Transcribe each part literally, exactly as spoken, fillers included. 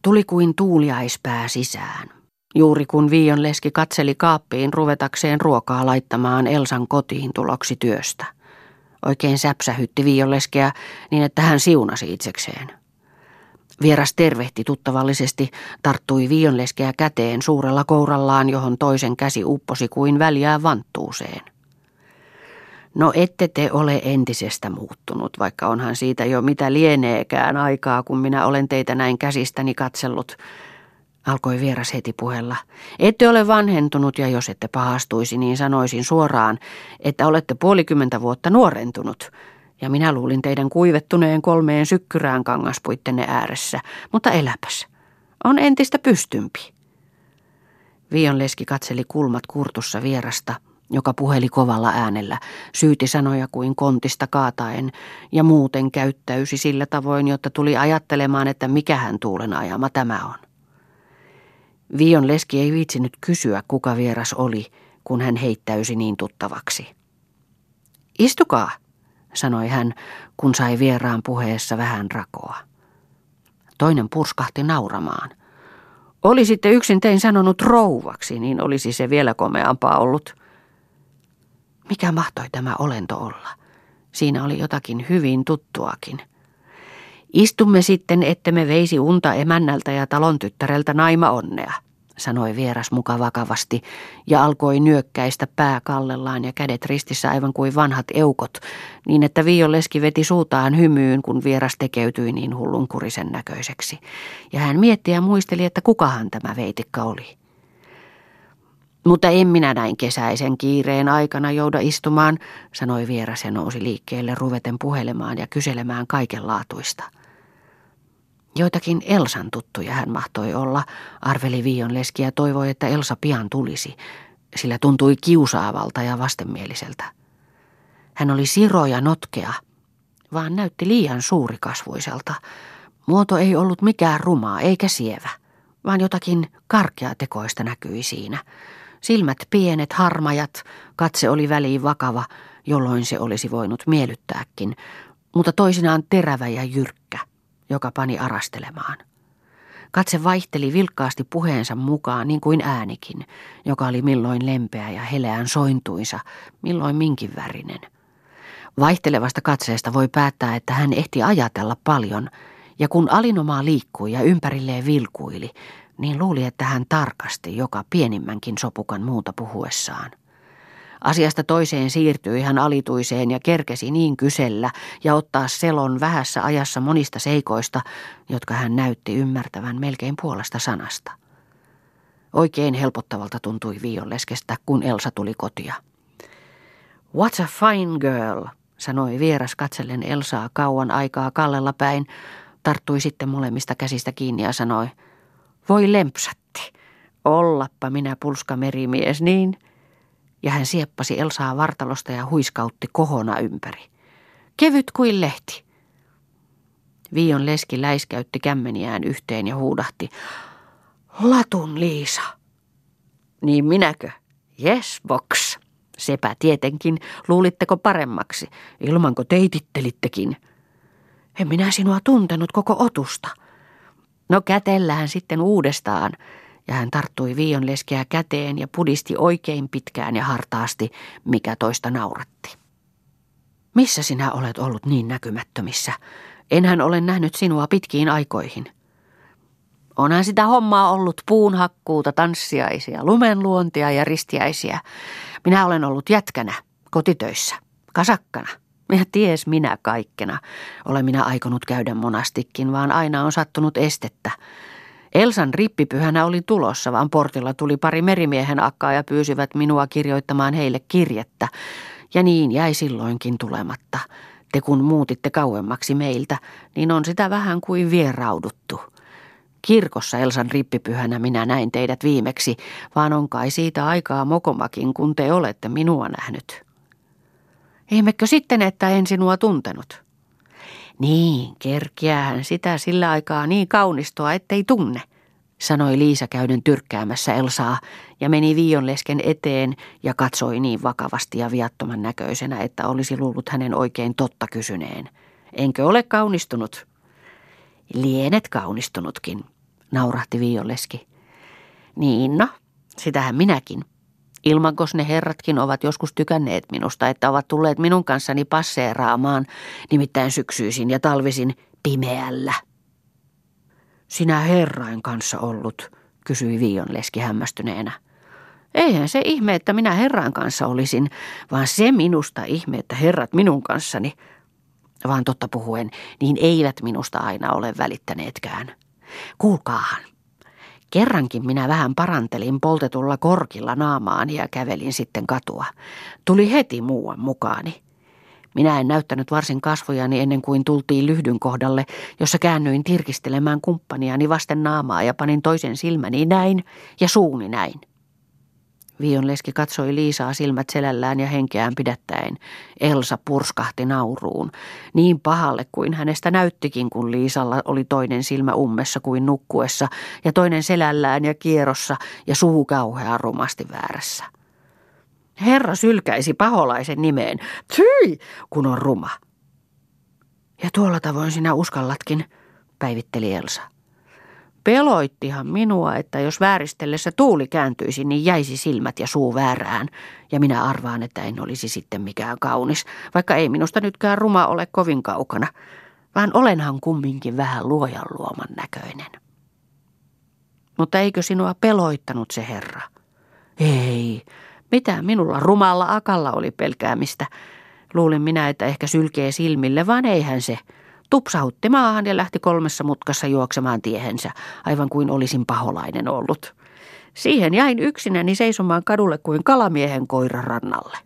Tuli kuin tuuliaispää sisään. Juuri kun Viion leski katseli kaappiin ruvetakseen ruokaa laittamaan Elsan kotiin tuloksi työstä. Oikein säpsähytti Viion leskeä niin, että hän siunasi itsekseen. Vieras tervehti tuttavallisesti, tarttui Viion leskeä käteen suurella kourallaan, johon toisen käsi upposi kuin väljää vanttuuseen. No ette te ole entisestä muuttunut, vaikka onhan siitä jo mitä lieneekään aikaa, kun minä olen teitä näin käsistäni katsellut, alkoi vieras heti puhella. Ette ole vanhentunut ja jos ette pahastuisi, niin sanoisin suoraan, että olette puolikymmentä vuotta nuorentunut. Ja minä luulin teidän kuivettuneen kolmeen sykkyrään kangaspuittenne ääressä, mutta eläpäs, on entistä pystympi. Viion leski katseli kulmat kurtussa vierasta, joka puheli kovalla äänellä, syyti sanoja kuin kontista kaataen ja muuten käyttäysi sillä tavoin, jotta tuli ajattelemaan, että mikähän tuulen ajama tämä on. Viion leski ei viitsinyt kysyä, kuka vieras oli, kun hän heittäysi niin tuttavaksi. Istukaa, sanoi hän, kun sai vieraan puheessa vähän rakoa. Toinen purskahti nauramaan. Olisitte yksin tein sanonut rouvaksi, niin olisi se vielä komeampaa ollut. Mikä mahtoi tämä olento olla? Siinä oli jotakin hyvin tuttuakin. Istumme sitten, ettemme veisi unta emännältä ja talon tyttäreltä naima onnea, sanoi vieras muka vakavasti ja alkoi nyökkäistä pää kallellaan ja kädet ristissä aivan kuin vanhat eukot, niin että Viion leski veti suutaan hymyyn, kun vieras tekeytyi niin hullunkurisen näköiseksi. Ja hän mietti ja muisteli, että kukahan tämä veitikka oli. Mutta en minä näin kesäisen kiireen aikana jouda istumaan, sanoi vieras ja nousi liikkeelle ruveten puhelemaan ja kyselemään kaikenlaatuista. Joitakin Elsan tuttuja hän mahtoi olla, arveli Viion leski ja toivoi, että Elsa pian tulisi, sillä tuntui kiusaavalta ja vastenmieliseltä. Hän oli siro ja notkea, vaan näytti liian suurikasvuiselta. Muoto ei ollut mikään rumaa eikä sievä, vaan jotakin karkeatekoista näkyi siinä. Silmät pienet, harmajat, katse oli väliin vakava, jolloin se olisi voinut miellyttääkin, mutta toisinaan terävä ja jyrkkä, joka pani arastelemaan. Katse vaihteli vilkkaasti puheensa mukaan niin kuin äänikin, joka oli milloin lempeä ja heleän sointuisa, milloin minkin värinen. Vaihtelevasta katseesta voi päättää, että hän ehti ajatella paljon, ja kun alinomaa liikkui ja ympärilleen vilkuili, niin luuli, että hän tarkasti joka pienimmänkin sopukan muuta puhuessaan. Asiasta toiseen siirtyi hän alituiseen ja kerkesi niin kysellä ja ottaa selon vähässä ajassa monista seikoista, jotka hän näytti ymmärtävän melkein puolesta sanasta. Oikein helpottavalta tuntui Viion leskestä, kun Elsa tuli kotia. What's a fine girl, sanoi vieras katsellen Elsaa kauan aikaa kallella päin, tarttui sitten molemmista käsistä kiinni ja sanoi, voi lempsatti, ollappa minä pulska merimies, niin? Ja hän sieppasi Elsaa vartalosta ja huiskautti kohona ympäri. Kevyt kuin lehti. Viion leski läiskäytti kämmeniään yhteen ja huudahti. Latun Liisa. Niin minäkö? Yes, box. Sepä tietenkin. Luulitteko paremmaksi? Ilmanko teitittelittekin? En minä sinua tuntenut koko otusta. No kätellään sitten uudestaan. Ja hän tarttui Viion leskeä käteen ja pudisti oikein pitkään ja hartaasti, mikä toista nauratti. Missä sinä olet ollut niin näkymättömissä? Enhän ole nähnyt sinua pitkiin aikoihin. Onhan sitä hommaa ollut puunhakkuuta, tanssiaisia, lumenluontia ja ristiäisiä. Minä olen ollut jätkänä, kotitöissä, kasakkana. Ja ties minä kaikkena. Olen minä aikonut käydä monastikin, vaan aina on sattunut estettä. Elsan rippipyhänä oli tulossa, vaan portilla tuli pari merimiehen akkaa ja pyysivät minua kirjoittamaan heille kirjettä. Ja niin jäi silloinkin tulematta. Te kun muutitte kauemmaksi meiltä, niin on sitä vähän kuin vierauduttu. Kirkossa Elsan rippipyhänä minä näin teidät viimeksi, vaan on kai siitä aikaa mokomakin, kun te olette minua nähnyt. Ihmekö sitten, että en sinua tuntenut? Niin, kerkiäähän sitä sillä aikaa niin kaunistoa, ettei tunne, sanoi Liisa käyden tyrkkäämässä Elsaa ja meni Viion lesken eteen ja katsoi niin vakavasti ja viattoman näköisenä, että olisi luullut hänen oikein totta kysyneen. Enkö ole kaunistunut? Lienet kaunistunutkin, naurahti Viionleski. Niin no, sitähän minäkin. Ilmankos ne herratkin ovat joskus tykänneet minusta, että ovat tulleet minun kanssani passeeraamaan, nimittäin syksyisin ja talvisin pimeällä. Sinä herrain kanssa ollut, kysyi Viionleski hämmästyneenä. Eihän se ihme, että minä herran kanssa olisin, vaan se minusta ihme, että herrat minun kanssani. Vaan totta puhuen, niin eivät minusta aina ole välittäneetkään. Kuulkaahan. Kerrankin minä vähän parantelin poltetulla korkilla naamaani ja kävelin sitten katua. Tuli heti muuan mukaani. Minä en näyttänyt varsin kasvojani ennen kuin tultiin lyhdyn kohdalle, jossa käännyin tirkistelemään kumppaniani vasten naamaa ja panin toisen silmäni näin ja suuni näin. Viionleski katsoi Liisaa silmät selällään ja henkeään pidättäen. Elsa purskahti nauruun. Niin pahalle kuin hänestä näyttikin, kun Liisalla oli toinen silmä ummessa kuin nukkuessa ja toinen selällään ja kierrossa ja suu kauhean rumasti väärässä. Herra sylkäisi paholaisen nimeen. Tyi, kun on ruma. Ja tuolla tavoin sinä uskallatkin, päivitteli Elsa. Peloittihan minua, että jos vääristellessä tuuli kääntyisi, niin jäisi silmät ja suu väärään. Ja minä arvaan, että en olisi sitten mikään kaunis, vaikka ei minusta nytkään ruma ole kovin kaukana, vaan olenhan kumminkin vähän luojan luoman näköinen. Mutta eikö sinua peloittanut se herra? Ei, mitä minulla rumalla akalla oli pelkäämistä. Luulin minä, että ehkä sylkee silmille, vaan eihän se. Tupsahutti maahan ja lähti kolmessa mutkassa juoksemaan tiehensä, aivan kuin olisin paholainen ollut. Siihen jäin yksinäni seisomaan kadulle kuin kalamiehen koira rannalle.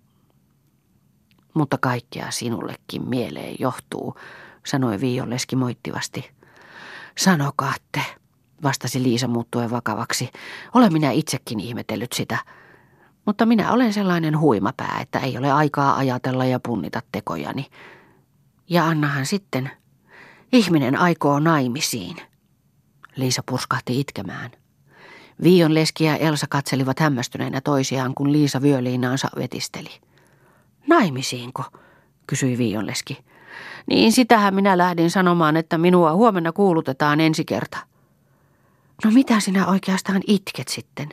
Mutta kaikkea sinullekin mieleen johtuu, sanoi Viionleski moittivasti. Sanokaatte, vastasi Liisa muuttuen vakavaksi. Olen minä itsekin ihmetellyt sitä. Mutta minä olen sellainen huimapää, että ei ole aikaa ajatella ja punnita tekojani. Ja annahan sitten. Ihminen aikoo naimisiin. Liisa purskahti itkemään. Viionleski ja Elsa katselivat hämmästyneenä toisiaan, kun Liisa vyöliinaansa vetisteli. Naimisiinko? Kysyi Viionleski. Niin sitähän minä lähdin sanomaan, että minua huomenna kuulutetaan ensi kerta. No mitä sinä oikeastaan itket sitten?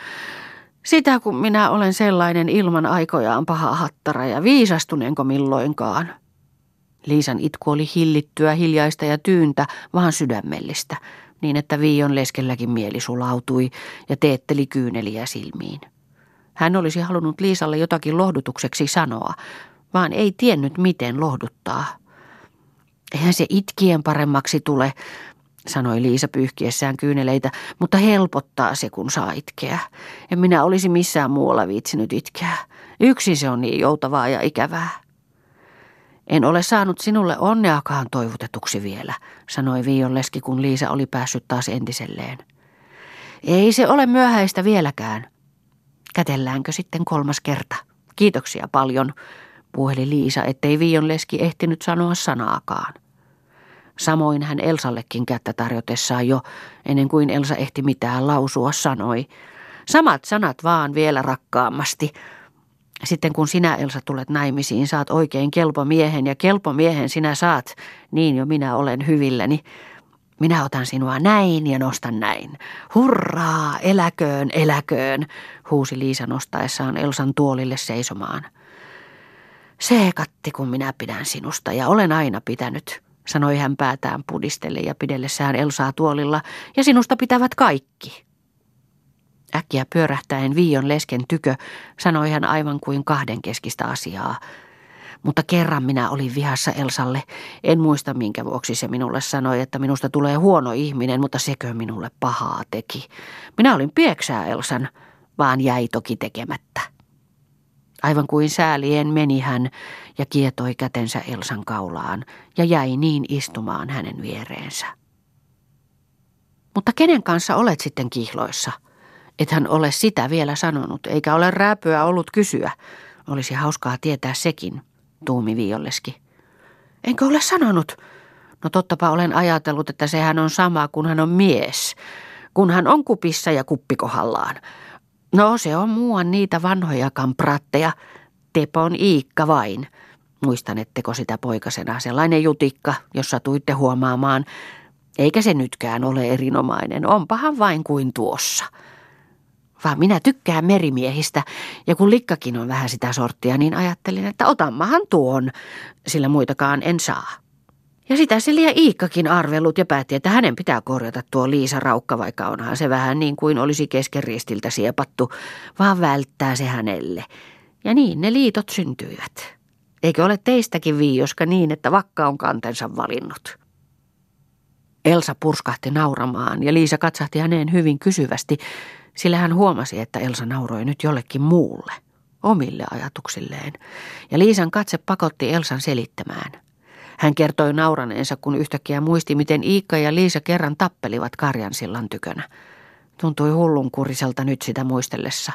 Sitä kun minä olen sellainen ilman aikojaan paha hattara ja viisastuneenko milloinkaan. Liisan itku oli hillittyä, hiljaista ja tyyntä, vaan sydämellistä, niin että Viionleskelläkin mieli sulautui ja teetteli kyyneliä silmiin. Hän olisi halunnut Liisalle jotakin lohdutukseksi sanoa, vaan ei tiennyt miten lohduttaa. Eihän se itkien paremmaksi tule, sanoi Liisa pyyhkiessään kyyneleitä, mutta helpottaa se, kun saa itkeä. En minä olisi missään muualla viitsinyt itkeä. Yksin se on niin joutavaa ja ikävää. En ole saanut sinulle onneakaan toivotetuksi vielä, sanoi Viionleski, kun Liisa oli päässyt taas entiselleen. Ei se ole myöhäistä vieläkään. Kätelläänkö sitten kolmas kerta? Kiitoksia paljon, puheli Liisa, ettei Viionleski ehtinyt sanoa sanaakaan. Samoin hän Elsallekin kättä tarjotessaan jo, ennen kuin Elsa ehti mitään lausua, sanoi. Samat sanat vaan vielä rakkaammasti. Sitten kun sinä, Elsa, tulet naimisiin, saat oikein kelpomiehen ja kelpomiehen sinä saat, niin jo minä olen hyvilläni. Minä otan sinua näin ja nostan näin. Hurraa, eläköön, eläköön, huusi Liisa nostaessaan Elsan tuolille seisomaan. Seekatti, kun minä pidän sinusta ja olen aina pitänyt, sanoi hän päätään pudistelle ja pidellessään Elsaa tuolilla, ja sinusta pitävät kaikki. Äkkiä pyörähtäen Viionlesken tykö, sanoi hän aivan kuin kahdenkeskistä asiaa. Mutta kerran minä olin vihassa Elsalle. En muista minkä vuoksi se minulle sanoi, että minusta tulee huono ihminen, mutta sekö minulle pahaa teki. Minä olin pieksää Elsan, vaan jäi toki tekemättä. Aivan kuin säälien meni hän ja kietoi kätensä Elsan kaulaan ja jäi niin istumaan hänen viereensä. Mutta kenen kanssa olet sitten kihloissa? Ethän ole sitä vielä sanonut, eikä ole rääpyä ollut kysyä. Olisi hauskaa tietää sekin, tuumi Viionleski. Enkö ole sanonut? No tottapa olen ajatellut, että sehän on sama, kun hän on mies. Kun hän on kupissa ja kuppi kohdallaan. No se on muuan niitä vanhoja kampratteja. Tepon Iikka vain. Muistanetteko sitä poikasena, sellainen jutikka, jos satuitte huomaamaan. Eikä se nytkään ole erinomainen, onpahan vain kuin tuossa. Vaan minä tykkään merimiehistä, ja kun likkakin on vähän sitä sorttia, niin ajattelin, että otammahan tuon, sillä muitakaan en saa. Ja sitä se liian Iikkakin arvellut ja päätti, että hänen pitää korjata tuo Liisa Raukka, vaikka onhan se vähän niin kuin olisi kesken ristiltä siepattu, vaan välttää se hänelle. Ja niin ne liitot syntyivät. Eikö ole teistäkin, Viioska, niin, että vakka on kantensa valinnut? Elsa purskahti nauramaan ja Liisa katsahti häneen hyvin kysyvästi, sillä hän huomasi, että Elsa nauroi nyt jollekin muulle, omille ajatuksilleen. Ja Liisan katse pakotti Elsan selittämään. Hän kertoi nauraneensa, kun yhtäkkiä muisti, miten Iikka ja Liisa kerran tappelivat Karjansillan tykönä. Tuntui hullunkuriselta nyt sitä muistellessa.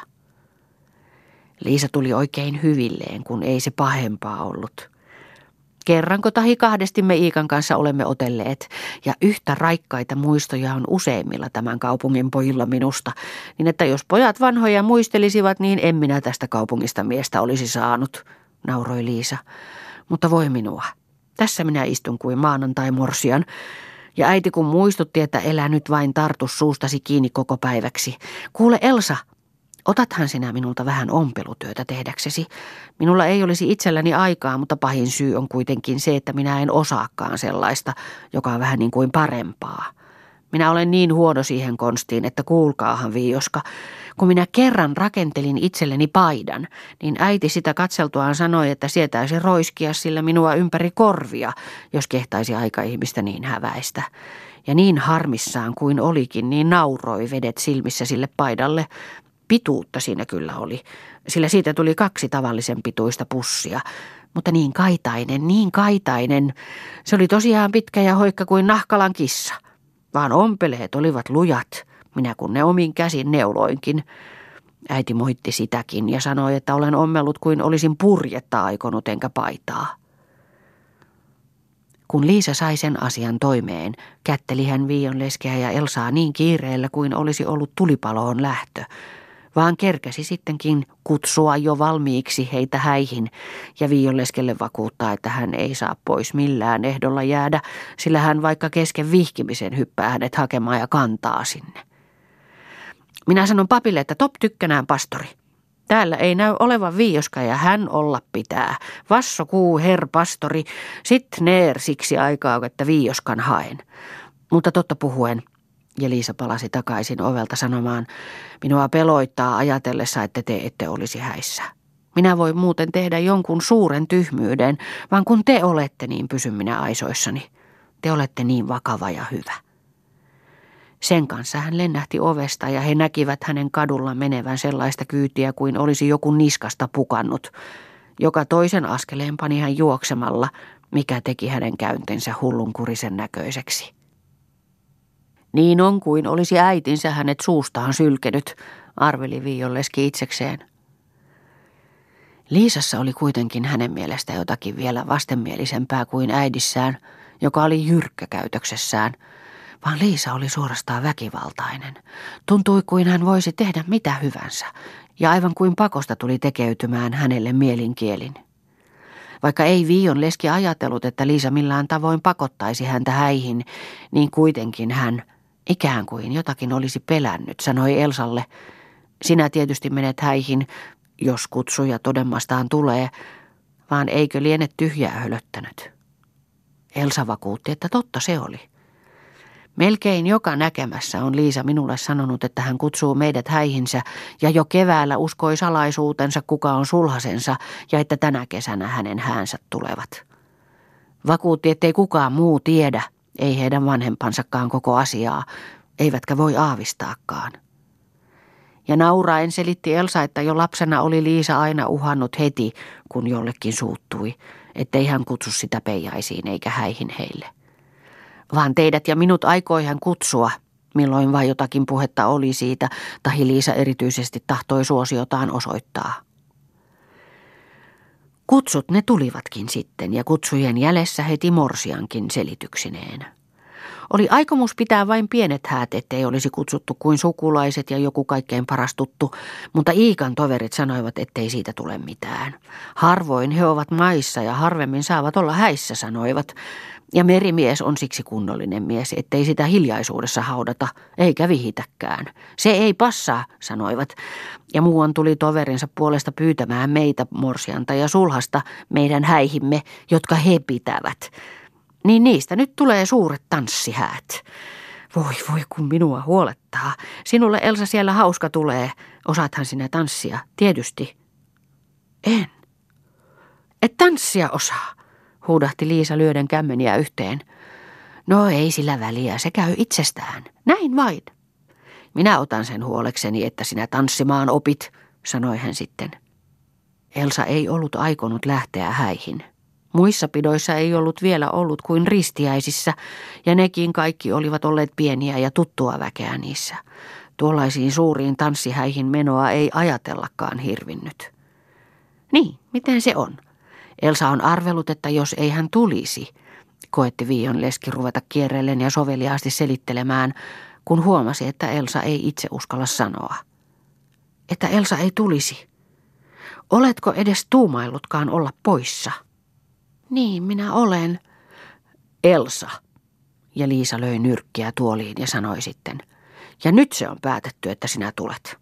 Liisa tuli oikein hyvilleen, kun ei se pahempaa ollut. Kerranko tahi kahdesti me Iikan kanssa olemme otelleet, ja yhtä raikkaita muistoja on useimmilla tämän kaupungin pojilla minusta, niin että jos pojat vanhoja muistelisivat, niin en minä tästä kaupungista miestä olisi saanut, nauroi Liisa. Mutta voi minua. Tässä minä istun kuin maanantai-morsian, ja äiti kun muistutti, että elä nyt vain tartu suustasi kiinni koko päiväksi. Kuule Elsa, otathan sinä minulta vähän ompelutyötä tehdäksesi. Minulla ei olisi itselläni aikaa, mutta pahin syy on kuitenkin se, että minä en osaakaan sellaista, joka on vähän niin kuin parempaa. Minä olen niin huono siihen konstiin, että kuulkaahan Viioska. Kun minä kerran rakentelin itselleni paidan, niin äiti sitä katseltuaan sanoi, että sietäisi roiskia sillä minua ympäri korvia, jos kehtaisi aika ihmistä niin häväistä. Ja niin harmissaan kuin olikin, niin nauroi vedet silmissä sille paidalle. Pituutta siinä kyllä oli, sillä siitä tuli kaksi tavallisen pituista pussia, mutta niin kaitainen, niin kaitainen. Se oli tosiaan pitkä ja hoikka kuin nahkalan kissa, vaan ompeleet olivat lujat, minä kun ne omin käsin neuloinkin. Äiti moitti sitäkin ja sanoi, että olen ommellut kuin olisin purjetta aikonut enkä paitaa. Kun Liisa sai sen asian toimeen, kätteli hän Viionleskeä ja Elsaa niin kiireellä kuin olisi ollut tulipaloon lähtö, vaan kerkäsi sittenkin kutsua jo valmiiksi heitä häihin ja Viionleskelle vakuuttaa, että hän ei saa pois millään ehdolla jäädä, sillä hän vaikka kesken vihkimisen hyppää hänet hakemaan ja kantaa sinne. Minä sanon papille, että top tykkänään pastori. Täällä ei näy olevan Viioska ja hän olla pitää. Vasso kuu her pastori, sit neer siksi aikaa, että Viioskan haen. Mutta totta puhuen, ja Liisa palasi takaisin ovelta sanomaan, minua peloittaa ajatellessa, että te ette olisi häissä. Minä voin muuten tehdä jonkun suuren tyhmyyden, vaan kun te olette, niin pysyn minä aisoissani. Te olette niin vakava ja hyvä. Sen kanssa hän lennähti ovesta ja he näkivät hänen kadulla menevän sellaista kyytiä kuin olisi joku niskasta pukannut. Joka toisen askeleen pani hän juoksemalla, mikä teki hänen käyntensä hullunkurisen näköiseksi. Niin on kuin olisi äitinsä hänet suustaan sylkenyt, arveli Viionleski itsekseen. Liisassa oli kuitenkin hänen mielestä jotakin vielä vastenmielisempää kuin äidissään, joka oli jyrkkä käytöksessään, vaan Liisa oli suorastaan väkivaltainen. Tuntui kuin hän voisi tehdä mitä hyvänsä, ja aivan kuin pakosta tuli tekeytymään hänelle mielinkielin. Vaikka ei Viionleski ajatellut, että Liisa millään tavoin pakottaisi häntä häihin, niin kuitenkin hän, ikään kuin jotakin olisi pelännyt, sanoi Elsalle, sinä tietysti menet häihin, jos kutsuja todemmastaan tulee, vaan eikö liene tyhjää hölöttänyt. Elsa vakuutti, että totta se oli. Melkein joka näkemässä on Liisa minulle sanonut, että hän kutsuu meidät häihinsä ja jo keväällä uskoi salaisuutensa, kuka on sulhasensa ja että tänä kesänä hänen häänsä tulevat. Vakuutti, ettei kukaan muu tiedä, ei heidän vanhempansakaan koko asiaa, eivätkä voi aavistaakaan. Ja nauraen selitti Elsa, että jo lapsena oli Liisa aina uhannut heti, kun jollekin suuttui, ettei hän kutsu sitä peijaisiin eikä häihin heille. Vaan teidät ja minut aikoi hän kutsua, milloin vain jotakin puhetta oli siitä, tahi Liisa erityisesti tahtoi suosiotaan osoittaa. Kutsut ne tulivatkin sitten ja kutsujen jäljessä heti morsiankin selityksineen. Oli aikomus pitää vain pienet häät, ettei olisi kutsuttu kuin sukulaiset ja joku kaikkein paras tuttu, mutta Iikan toverit sanoivat, ettei siitä tule mitään. Harvoin he ovat maissa ja harvemmin saavat olla häissä, sanoivat, Ja merimies on siksi kunnollinen mies, ettei sitä hiljaisuudessa haudata, eikä vihitäkään. Se ei passaa, sanoivat, ja muuan tuli toverinsa puolesta pyytämään meitä, morsianta ja sulhasta, meidän häihimme, jotka he pitävät. Niin niistä nyt tulee suuret tanssihäät. Voi voi, kun minua huolettaa. Sinulle, Elsa, siellä hauska tulee. Osaathan sinä tanssia, tietysti. En. Et tanssia osaa, huudahti Liisa lyöden kämmeniä yhteen. No ei sillä väliä, se käy itsestään. Näin vain. Minä otan sen huolekseni, että sinä tanssimaan opit, sanoi hän sitten. Elsa ei ollut aikonut lähteä häihin. Muissa pidoissa ei ollut vielä ollut kuin ristiäisissä, ja nekin kaikki olivat olleet pieniä ja tuttua väkeä niissä. Tuollaisiin suuriin tanssihäihin menoa ei ajatellakaan hirvinnyt. Niin, miten se on? Elsa on arvellut, että jos ei hän tulisi, koetti Viion leski ruveta kierrellen ja soveliaasti selittelemään, kun huomasi, että Elsa ei itse uskalla sanoa. Että Elsa ei tulisi. Oletko edes tuumaillutkaan olla poissa? Niin, minä olen. Elsa. Ja Liisa löi nyrkkiä tuoliin ja sanoi sitten. Ja nyt se on päätetty, että sinä tulet.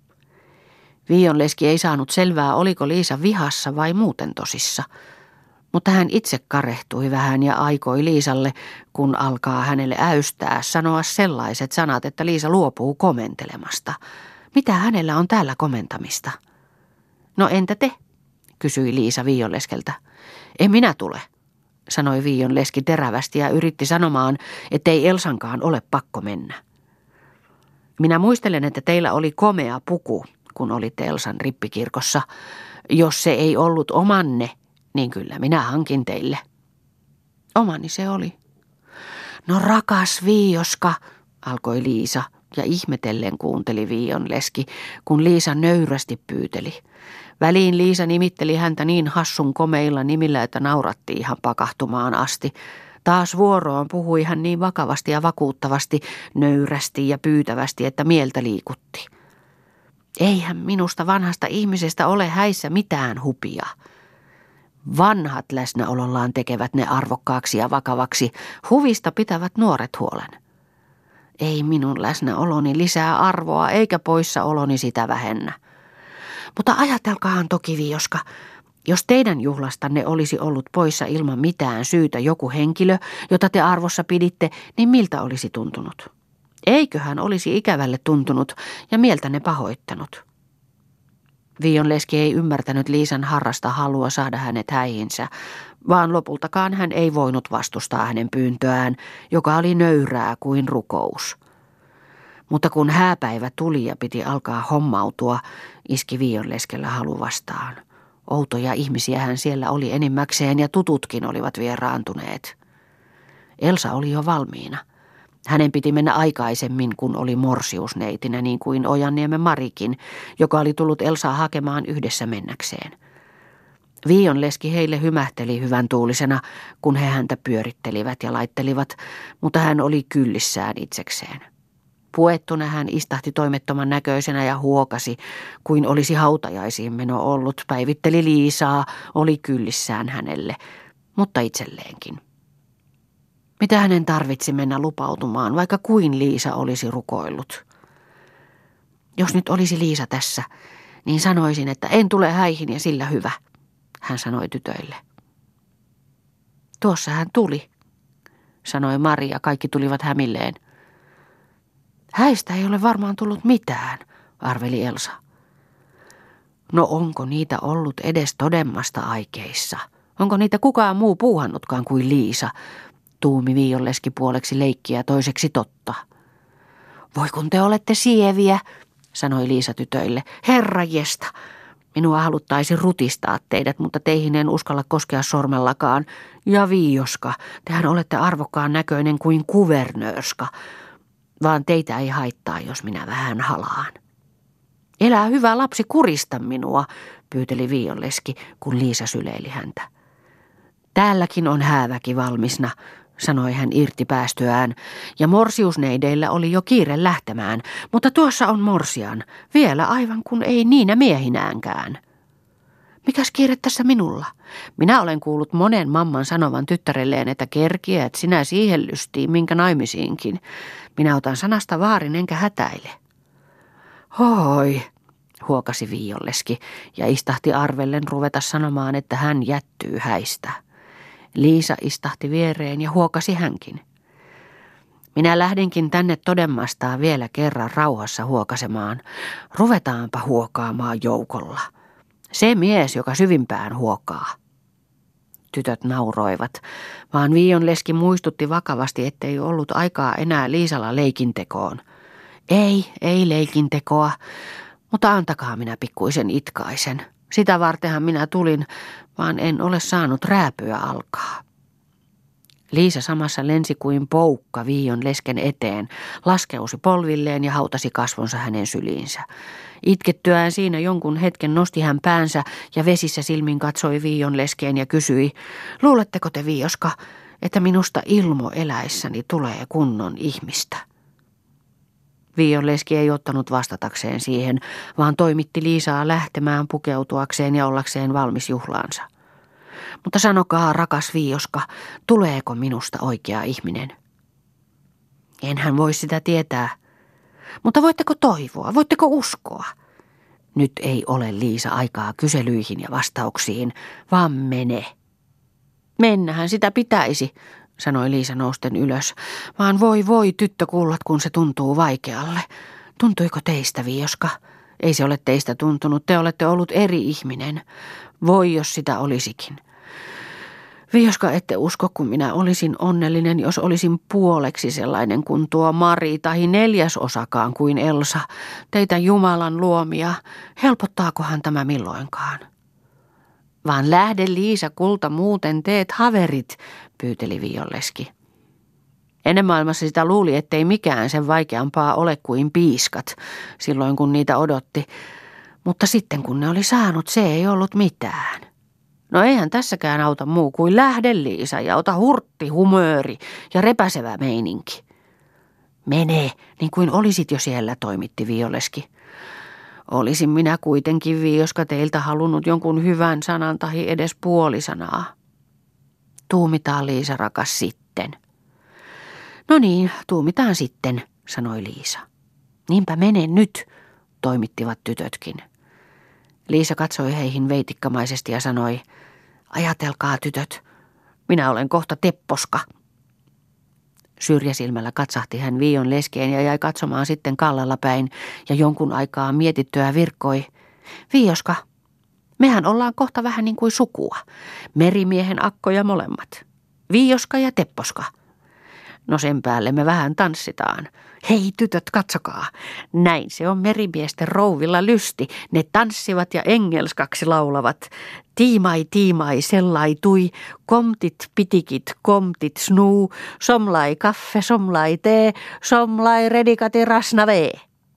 Viion leski ei saanut selvää, oliko Liisa vihassa vai muuten tosissa. Mutta hän itse karehtui vähän ja aikoi Liisalle, kun alkaa hänelle äystää, sanoa sellaiset sanat, että Liisa luopuu komentelemasta. Mitä hänellä on täällä komentamista? No entä te? Kysyi Liisa Viion leskeltä. En minä tule, sanoi Viion leski terävästi ja yritti sanomaan, ettei Elsankaan ole pakko mennä. Minä muistelen, että teillä oli komea puku, kun olitte Elsan rippikirkossa. Jos se ei ollut omanne, niin kyllä minä hankin teille. Omani se oli. No rakas Viioska, alkoi Liisa ja ihmetellen kuunteli Viion leski, kun Liisa nöyrästi pyyteli. Väliin Liisa nimitteli häntä niin hassun komeilla nimillä, että naurattiin ihan pakahtumaan asti. Taas vuoroon puhui hän niin vakavasti ja vakuuttavasti, nöyrästi ja pyytävästi, että mieltä liikutti. Eihän minusta vanhasta ihmisestä ole häissä mitään hupia. Vanhat läsnäolollaan tekevät ne arvokkaaksi ja vakavaksi, huvista pitävät nuoret huolen. Ei minun läsnäoloni lisää arvoa eikä poissaoloni sitä vähennä. Mutta ajatelkaahan toki, Viioska, jos teidän juhlastanne olisi ollut poissa ilman mitään syytä joku henkilö, jota te arvossa piditte, niin miltä olisi tuntunut? Eiköhän olisi ikävälle tuntunut ja mieltänne pahoittanut. Viion leski ei ymmärtänyt Liisan harrasta halua saada hänet häihinsä, vaan lopultakaan hän ei voinut vastustaa hänen pyyntöään, joka oli nöyrää kuin rukous. Mutta kun hääpäivä tuli ja piti alkaa hommautua, iski Viion leskellä halu vastaan. Outoja ihmisiä hän siellä oli enimmäkseen ja tututkin olivat vieraantuneet. Elsa oli jo valmiina. Hänen piti mennä aikaisemmin, kun oli morsiusneitinä, niin kuin Ojanniemen Marikin, joka oli tullut Elsaa hakemaan yhdessä mennäkseen. Viion leski heille hymähteli hyvän tuulisena, kun he häntä pyörittelivät ja laittelivat, mutta hän oli kyllissään itsekseen. Puettuna hän istahti toimettoman näköisenä ja huokasi, kuin olisi hautajaisiin meno ollut, päivitteli Liisaa, oli kyllissään hänelle, mutta itselleenkin. Mitä hänen tarvitsi mennä lupautumaan, vaikka kuin Liisa olisi rukoillut? Jos nyt olisi Liisa tässä, niin sanoisin, että en tule häihin ja sillä hyvä, hän sanoi tytöille. Tuossa hän tuli, sanoi Mari ja kaikki tulivat hämilleen. Häistä ei ole varmaan tullut mitään, arveli Elsa. No onko niitä ollut edes todemmasta aikeissa? Onko niitä kukaan muu puuhannutkaan kuin Liisa? Tuumi Viion leski puoleksi leikkiä toiseksi totta. Voi kun te olette sieviä, sanoi Liisa tytöille. Herranjesta, minua haluttaisi rutistaa teidät, mutta teihin en uskalla koskea sormellakaan. Ja Viioska, tehän olette arvokkaan näköinen kuin kuvernöörska, vaan teitä ei haittaa, jos minä vähän halaan. Elää hyvä lapsi, kurista minua, pyyteli Viion leski, kun Liisa syleili häntä. Täälläkin on hääväki valmisna, sanoi hän irti päästyään, ja morsiusneideillä oli jo kiire lähtemään, mutta tuossa on morsian, vielä aivan kun ei niinä miehinäänkään. Mikäs kiire tässä minulla? Minä olen kuullut monen mamman sanovan tyttärelleen, että kerkiät sinä siihen lystiin, minkä naimisiinkin. Minä otan sanasta vaarin enkä hätäile. Hoi, huokasi Viionleski ja istahti arvellen ruveta sanomaan, että hän jättyy häistä. Liisa istahti viereen ja huokasi hänkin. Minä lähdinkin tänne todemmastaan vielä kerran rauhassa huokasemaan. Ruvetaanpa huokaamaan joukolla. Se mies, joka syvimpään huokaa. Tytöt nauroivat, vaan Viionleski muistutti vakavasti, ettei ollut aikaa enää Liisalla leikintekoon. Ei, ei leikintekoa, mutta antakaa minä pikkuisen itkaisen. Sitä vartenhan minä tulin, vaan en ole saanut rääpyä alkaa. Liisa samassa lensi kuin poukka Viionlesken eteen, laskeusi polvilleen ja hautasi kasvonsa hänen syliinsä. Itkettyään siinä jonkun hetken nosti hän päänsä ja vesissä silmin katsoi Viionleskeen ja kysyi, luuletteko te, Vioska, että minusta ilmo eläissäni tulee kunnon ihmistä? Viionleski ei ottanut vastatakseen siihen, vaan toimitti Liisaa lähtemään pukeutuakseen ja ollakseen valmis juhlaansa. Mutta sanokaa, rakas Vioska, tuleeko minusta oikea ihminen? Enhän voi sitä tietää. Mutta voitteko toivoa, voitteko uskoa? Nyt ei ole, Liisa, aikaa kyselyihin ja vastauksiin, vaan mene. Mennähän sitä pitäisi, sanoi Liisa nousten ylös, vaan voi voi tyttökullat, kun se tuntuu vaikealle. Tuntuiko teistä, Vioska? Ei se ole teistä tuntunut, te olette ollut eri ihminen. Voi, jos sitä olisikin. Vioska, ette usko, kun minä olisin onnellinen, jos olisin puoleksi sellainen kuin tuo Mari tai neljäsosakaan kuin Elsa, teitä Jumalan luomia. Helpottaakohan tämä milloinkaan? Vaan lähde, Liisa, kulta, muuten teet haverit, pyyteli Viionleski. Ennen maailmassa sitä luuli, ettei mikään sen vaikeampaa ole kuin piiskat, silloin kun niitä odotti. Mutta sitten kun ne oli saanut, se ei ollut mitään. No eihän tässäkään auta muu kuin lähde, Liisa, ja ota hurtti, humööri ja repäsevä meininki. Mene, niin kuin olisit jo siellä, toimitti Viionleski. Olisin minä kuitenkin, Vioska, teiltä halunnut jonkun hyvän sanan tahi edes puolisanaa. Tuumitaan, Liisa, rakas, sitten. No niin, tuumitaan sitten, sanoi Liisa. Niinpä mene nyt, toimittivat tytötkin. Liisa katsoi heihin veitikkamaisesti ja sanoi, ajatelkaa, tytöt, minä olen kohta tepposka. Syrjäsilmällä katsahti hän Viionleskeen ja jäi katsomaan sitten kallalla päin ja jonkun aikaa mietittyä virkkoi, Vioska, mehän ollaan kohta vähän niin kuin sukua, merimiehen akkoja molemmat, Vioska ja Tepposka. No sen päälle me vähän tanssitaan. Hei tytöt, katsokaa. Näin se on merimiesten rouvilla lysti. Ne tanssivat ja engelskaksi laulavat. Tiimai, tiimai, sellai tui, komtit, pitikit, komtit, snuu, somlai kaffe, somlai tee, somlai redikati rasna vee.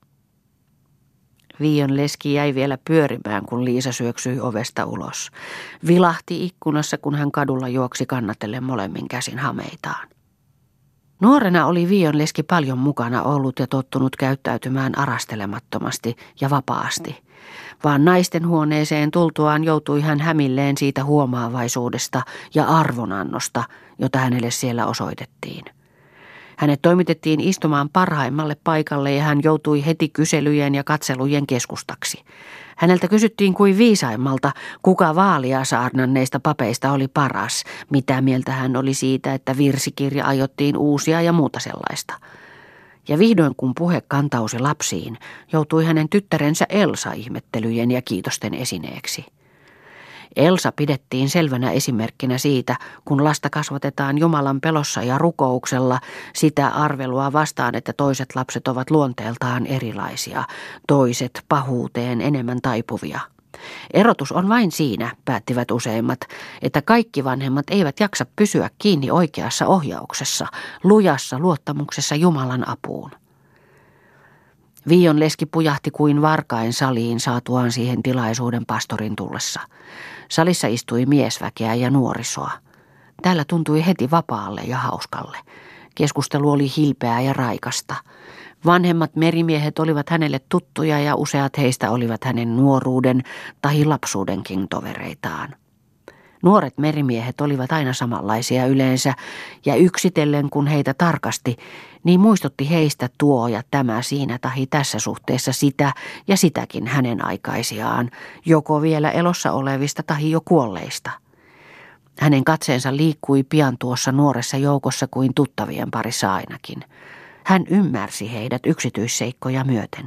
Viionleski jäi vielä pyörimään, kun Liisa syöksyi ovesta ulos. Vilahti ikkunassa, kun hän kadulla juoksi kannatellen molemmin käsin hameitaan. Nuorena oli Viionleski paljon mukana ollut ja tottunut käyttäytymään arastelemattomasti ja vapaasti, vaan naisten huoneeseen tultuaan joutui hän hämilleen siitä huomaavaisuudesta ja arvonannosta, jota hänelle siellä osoitettiin. Hänet toimitettiin istumaan parhaimmalle paikalle ja hän joutui heti kyselyjen ja katselujen keskustaksi. Häneltä kysyttiin kuin viisaimmalta, kuka vaalia saarnanneista papeista oli paras, mitä mieltä hän oli siitä, että virsikirja aiottiin uusia ja muuta sellaista. Ja vihdoin kun puhe kantausi lapsiin, joutui hänen tyttärensä Elsa ihmettelyjen ja kiitosten esineeksi. Elsa pidettiin selvänä esimerkkinä siitä, kun lasta kasvatetaan Jumalan pelossa ja rukouksella sitä arvelua vastaan, että toiset lapset ovat luonteeltaan erilaisia, toiset pahuuteen enemmän taipuvia. Erotus on vain siinä, päättivät useimmat, että kaikki vanhemmat eivät jaksa pysyä kiinni oikeassa ohjauksessa, lujassa luottamuksessa Jumalan apuun. Viionleski pujahti kuin varkain saliin saatuaan siihen tilaisuuden pastorin tullessa. Salissa istui miesväkeä ja nuorisoa. Täällä tuntui heti vapaalle ja hauskalle. Keskustelu oli hilpeää ja raikasta. Vanhemmat merimiehet olivat hänelle tuttuja ja useat heistä olivat hänen nuoruuden tai lapsuudenkin tovereitaan. Nuoret merimiehet olivat aina samanlaisia yleensä, ja yksitellen kun heitä tarkasti, niin muistutti heistä tuo ja tämä siinä tahi tässä suhteessa sitä ja sitäkin hänen aikaisiaan, joko vielä elossa olevista tahi jo kuolleista. Hänen katseensa liikkui pian tuossa nuoressa joukossa kuin tuttavien parissa ainakin. Hän ymmärsi heidät yksityisseikkoja myöten.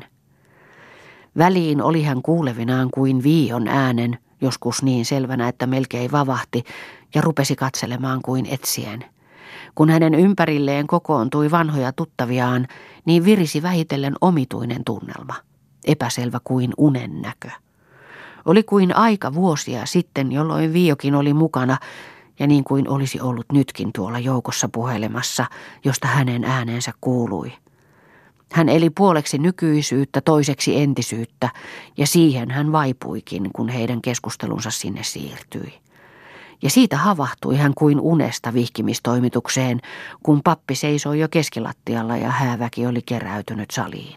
Väliin oli hän kuulevinaan kuin viion äänen, joskus niin selvänä, että melkein vavahti, ja rupesi katselemaan kuin etsien. Kun hänen ympärilleen kokoontui vanhoja tuttaviaan, niin virisi vähitellen omituinen tunnelma, epäselvä kuin unen näkö. Oli kuin aika vuosia sitten, jolloin Viiokin oli mukana, ja niin kuin olisi ollut nytkin tuolla joukossa puhelemassa, josta hänen äänensä kuului. Hän eli puoleksi nykyisyyttä, toiseksi entisyyttä, ja siihen hän vaipuikin, kun heidän keskustelunsa sinne siirtyi. Ja siitä havahtui hän kuin unesta vihkimistoimitukseen, kun pappi seisoi jo keskilattialla ja hääväki oli keräytynyt saliin.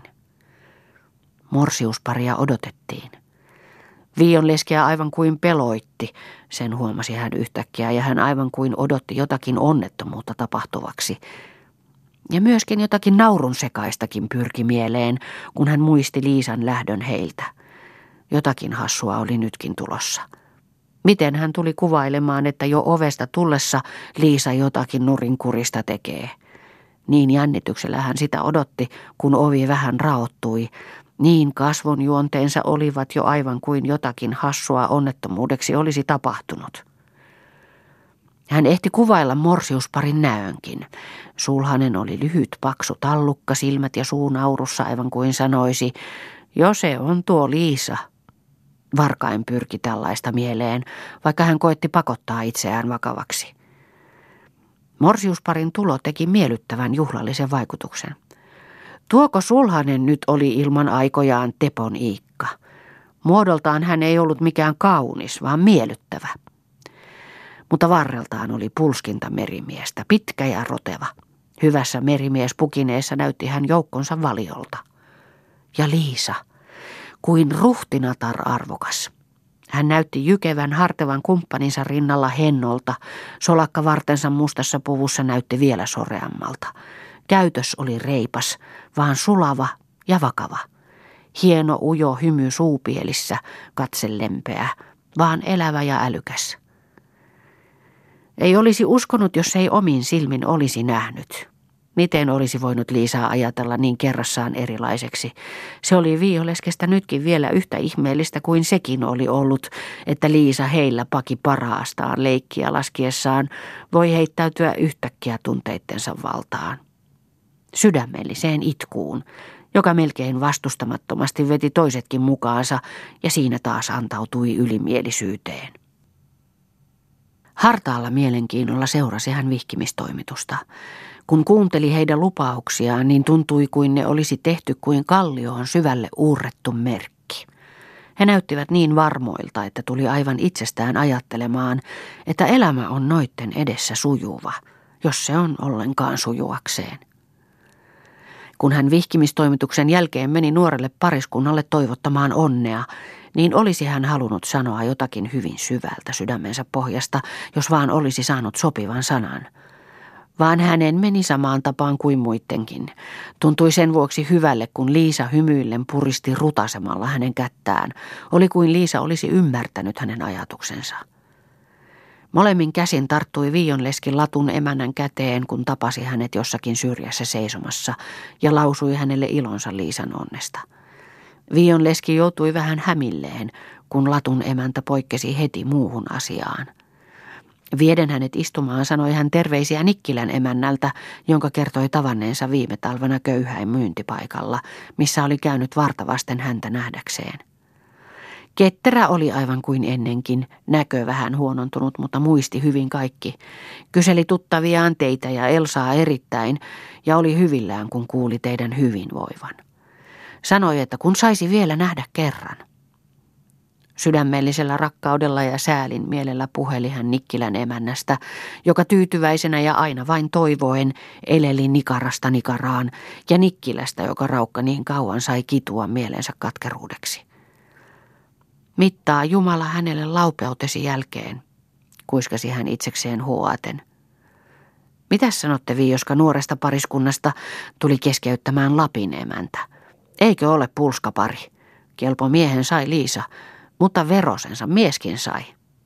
Morsiusparia odotettiin. Viion leskeä aivan kuin peloitti, sen huomasi hän yhtäkkiä, ja hän aivan kuin odotti jotakin onnettomuutta tapahtuvaksi. Ja myöskin jotakin naurun sekaistakin pyrki mieleen, kun hän muisti Liisan lähdön heiltä. Jotakin hassua oli nytkin tulossa. Miten hän tuli kuvailemaan, että jo ovesta tullessa Liisa jotakin nurinkurista tekee. Niin jännityksellä hän sitä odotti, kun ovi vähän raottui. Niin kasvonjuonteensa olivat jo aivan kuin jotakin hassua onnettomuudeksi olisi tapahtunut. Hän ehti kuvailla morsiusparin näönkin. Sulhanen oli lyhyt, paksu tallukka, silmät ja suu naurussa aivan kuin sanoisi, jo se on tuo Liisa. Varkain pyrki tällaista mieleen, vaikka hän koetti pakottaa itseään vakavaksi. Morsiusparin tulo teki miellyttävän juhlallisen vaikutuksen. Tuoko sulhanen nyt oli ilman aikojaan Tepon Iikka. Muodoltaan hän ei ollut mikään kaunis, vaan miellyttävä. Mutta varreltaan oli pulskinta merimiestä, pitkä ja roteva. Hyvässä merimiespukineessa näytti hän joukkonsa valiolta. Ja Liisa, kuin ruhtinatar arvokas. Hän näytti jykevän hartevan kumppaninsa rinnalla hennolta, solakka vartensa mustassa puvussa näytti vielä soreammalta. Käytös oli reipas, vaan sulava ja vakava. Hieno ujo hymy suupielissä, katse lempeä, vaan elävä ja älykäs. Ei olisi uskonut, jos ei omin silmin olisi nähnyt. Miten olisi voinut Liisaa ajatella niin kerrassaan erilaiseksi? Se oli Viioleskestä nytkin vielä yhtä ihmeellistä kuin sekin oli ollut, että Liisa heillä paki paraastaan leikkiä laskiessaan voi heittäytyä yhtäkkiä tunteittensa valtaan. Sydämelliseen itkuun, joka melkein vastustamattomasti veti toisetkin mukaansa ja siinä taas antautui ylimielisyyteen. Hartaalla mielenkiinnolla seurasi hän vihkimistoimitusta. Kun kuunteli heidän lupauksiaan, niin tuntui kuin ne olisi tehty kuin kallioon syvälle uurrettu merkki. He näyttivät niin varmoilta, että tuli aivan itsestään ajattelemaan, että elämä on noitten edessä sujuva, jos se on ollenkaan sujuakseen. Kun hän vihkimistoimituksen jälkeen meni nuorelle pariskunnalle toivottamaan onnea, niin olisi hän halunnut sanoa jotakin hyvin syvältä sydämensä pohjasta, jos vaan olisi saanut sopivan sanan. Vaan hänen meni samaan tapaan kuin muittenkin. Tuntui sen vuoksi hyvälle, kun Liisa hymyillen puristi rutasemalla hänen kättään. Oli kuin Liisa olisi ymmärtänyt hänen ajatuksensa. Molemmin käsin tarttui Viionleskin latun emännän käteen, kun tapasi hänet jossakin syrjässä seisomassa ja lausui hänelle ilonsa Liisan onnesta. Viionleski joutui vähän hämilleen, kun latun emäntä poikkesi heti muuhun asiaan. Vieden hänet istumaan sanoi hän terveisiä Nikkilän emännältä, jonka kertoi tavanneensa viime talvena köyhäin myyntipaikalla, missä oli käynyt vartavasten häntä nähdäkseen. Ketterä oli aivan kuin ennenkin, näkö vähän huonontunut, mutta muisti hyvin kaikki. Kyseli tuttaviaan teitä ja Elsaa erittäin ja oli hyvillään, kun kuuli teidän hyvinvoivan. Sanoi, että kun saisi vielä nähdä kerran. Sydämellisellä rakkaudella ja säälin mielellä puheli hän Nikkilän emännästä, joka tyytyväisenä ja aina vain toivoen eleli nikarasta nikaraan, ja Nikkilästä, joka raukka niin kauan sai kitua mielensä katkeruudeksi. Mittaa Jumala hänelle laupeutesi jälkeen, kuiskasi hän itsekseen huoaten. Mitäs sanotte, Viioska, nuoresta pariskunnasta tuli keskeyttämään Lapin emäntä? Eikö ole pulskapari? Kelpo miehen sai Liisa, mutta verosensa mieskin sai.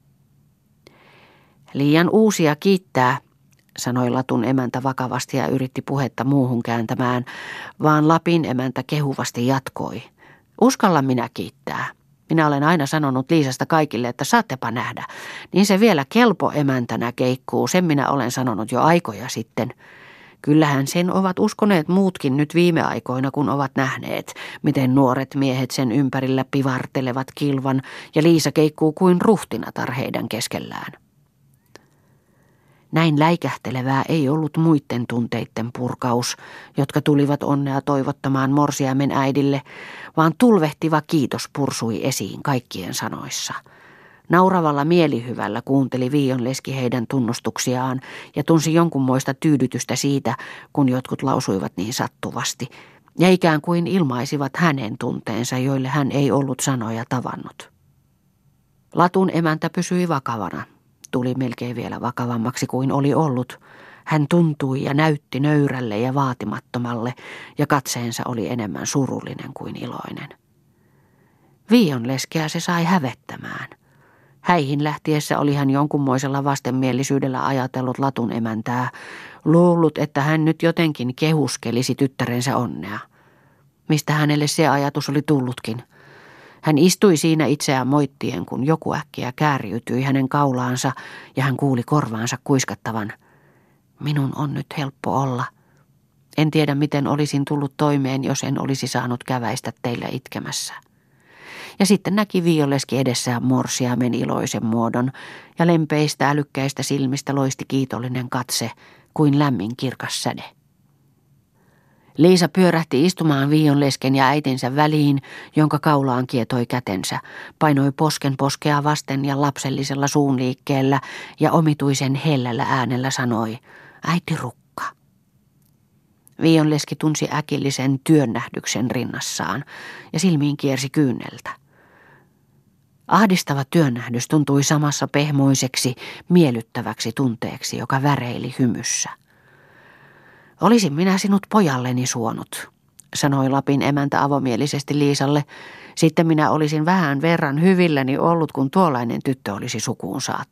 Liian uusia kiittää, sanoi Latun emäntä vakavasti ja yritti puhetta muuhun kääntämään, vaan Lapin emäntä kehuvasti jatkoi. Uskalla minä kiittää. Minä olen aina sanonut Liisasta kaikille, että saattepa nähdä. Niin se vielä kelpo emäntänä keikkuu, sen minä olen sanonut jo aikoja sitten. Kyllähän sen ovat uskoneet muutkin nyt viime aikoina, kun ovat nähneet, miten nuoret miehet sen ympärillä pivartelevat kilvan ja Liisa keikkuu kuin ruhtinatar heidän keskellään. Näin läikähtelevää ei ollut muiden tunteitten purkaus, jotka tulivat onnea toivottamaan morsiamen äidille, vaan tulvehtiva kiitos pursui esiin kaikkien sanoissa. Nauravalla mielihyvällä kuunteli Viionleski heidän tunnustuksiaan ja tunsi jonkunmoista tyydytystä siitä, kun jotkut lausuivat niin sattuvasti, ja ikään kuin ilmaisivat hänen tunteensa, joille hän ei ollut sanoja tavannut. Latun emäntä pysyi vakavana. Tuli melkein vielä vakavammaksi kuin oli ollut. Hän tuntui ja näytti nöyrälle ja vaatimattomalle, ja katseensa oli enemmän surullinen kuin iloinen. Viionleskeä se sai hävettämään. Häihin lähtiessä oli hän jonkunmoisella vastenmielisyydellä ajatellut Latun emäntää, luullut, että hän nyt jotenkin kehuskelisi tyttärensä onnea. Mistä hänelle se ajatus oli tullutkin? Hän istui siinä itseään moittien, kun joku äkkiä kääriytyi hänen kaulaansa ja hän kuuli korvaansa kuiskattavan. Minun on nyt helppo olla. En tiedä, miten olisin tullut toimeen, jos en olisi saanut käväistä teillä itkemässä. Ja sitten näki Viionleski edessään morsiamen iloisen muodon ja lempeistä älykkäistä silmistä loisti kiitollinen katse kuin lämmin kirkas säde. Liisa pyörähti istumaan Viionlesken ja äitinsä väliin, jonka kaulaan kietoi kätensä, painoi posken poskea vasten ja lapsellisella suunliikkeellä ja omituisen hellällä äänellä sanoi, äiti Rukka. Viionleski tunsi äkillisen työnnähdyksen rinnassaan ja silmiin kiersi kyyneltä. Ahdistava työnnähdys tuntui samassa pehmoiseksi, miellyttäväksi tunteeksi, joka väreili hymyssä. Olisin minä sinut pojalleni suonut, sanoi Lapin emäntä avomielisesti Liisalle. Sitten minä olisin vähän verran hyvilläni ollut, kun tuollainen tyttö olisi sukuun saatu.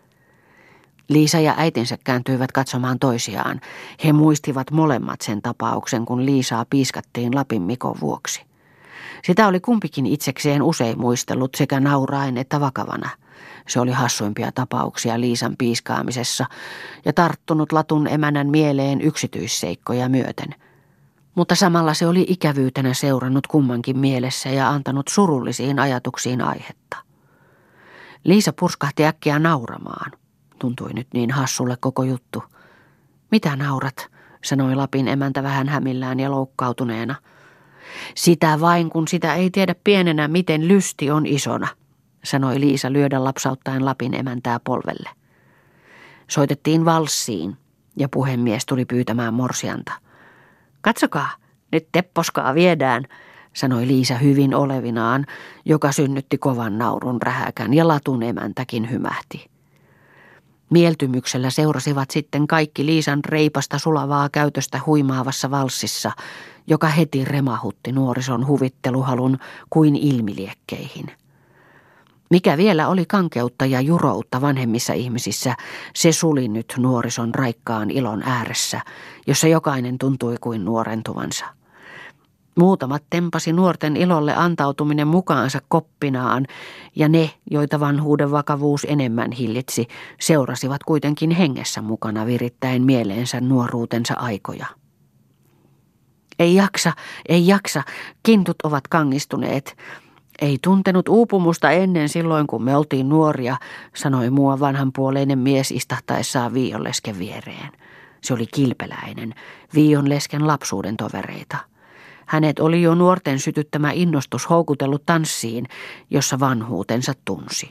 Liisa ja äitinsä kääntyivät katsomaan toisiaan. He muistivat molemmat sen tapauksen, kun Liisaa piiskattiin Lapin Mikon vuoksi. Sitä oli kumpikin itsekseen usein muistellut sekä nauraen että vakavana. Se oli hassuimpia tapauksia Liisan piiskaamisessa ja tarttunut Latun emännän mieleen yksityisseikkoja myöten. Mutta samalla se oli ikävyytenä seurannut kummankin mielessä ja antanut surullisiin ajatuksiin aihetta. Liisa purskahti äkkiä nauramaan. Tuntui nyt niin hassulle koko juttu. Mitä naurat, sanoi Lapin emäntä vähän hämillään ja loukkautuneena. Sitä vain, kun sitä ei tiedä pienenä, miten lysti on isona, sanoi Liisa lyödä lapsauttaen Lapin emäntää polvelle. Soitettiin valssiin ja puhemies tuli pyytämään morsianta. Katsokaa, nyt tepposkaa viedään, sanoi Liisa hyvin olevinaan, joka synnytti kovan naurun rähäkän ja Latun emäntäkin hymähti. Mieltymyksellä seurasivat sitten kaikki Liisan reipasta sulavaa käytöstä huimaavassa valssissa, joka heti remahutti nuorison huvitteluhalun kuin ilmiliekkeihin. Mikä vielä oli kankeutta ja juroutta vanhemmissa ihmisissä, se suli nyt nuorison raikkaan ilon ääressä, jossa jokainen tuntui kuin nuorentuvansa. Muutamat tempasi nuorten ilolle antautuminen mukaansa koppinaan, ja ne, joita vanhuuden vakavuus enemmän hillitsi, seurasivat kuitenkin hengessä mukana virittäen mieleensä nuoruutensa aikoja. Ei jaksa, ei jaksa, kintut ovat kangistuneet. Ei tuntenut uupumusta ennen silloin, kun me oltiin nuoria, sanoi mua vanhanpuoleinen mies istahtaessaan Viionlesken viereen. Se oli kilpeläinen, Viionlesken lapsuuden tovereita. Hänet oli jo nuorten sytyttämä innostus houkutellut tanssiin, jossa vanhuutensa tunsi.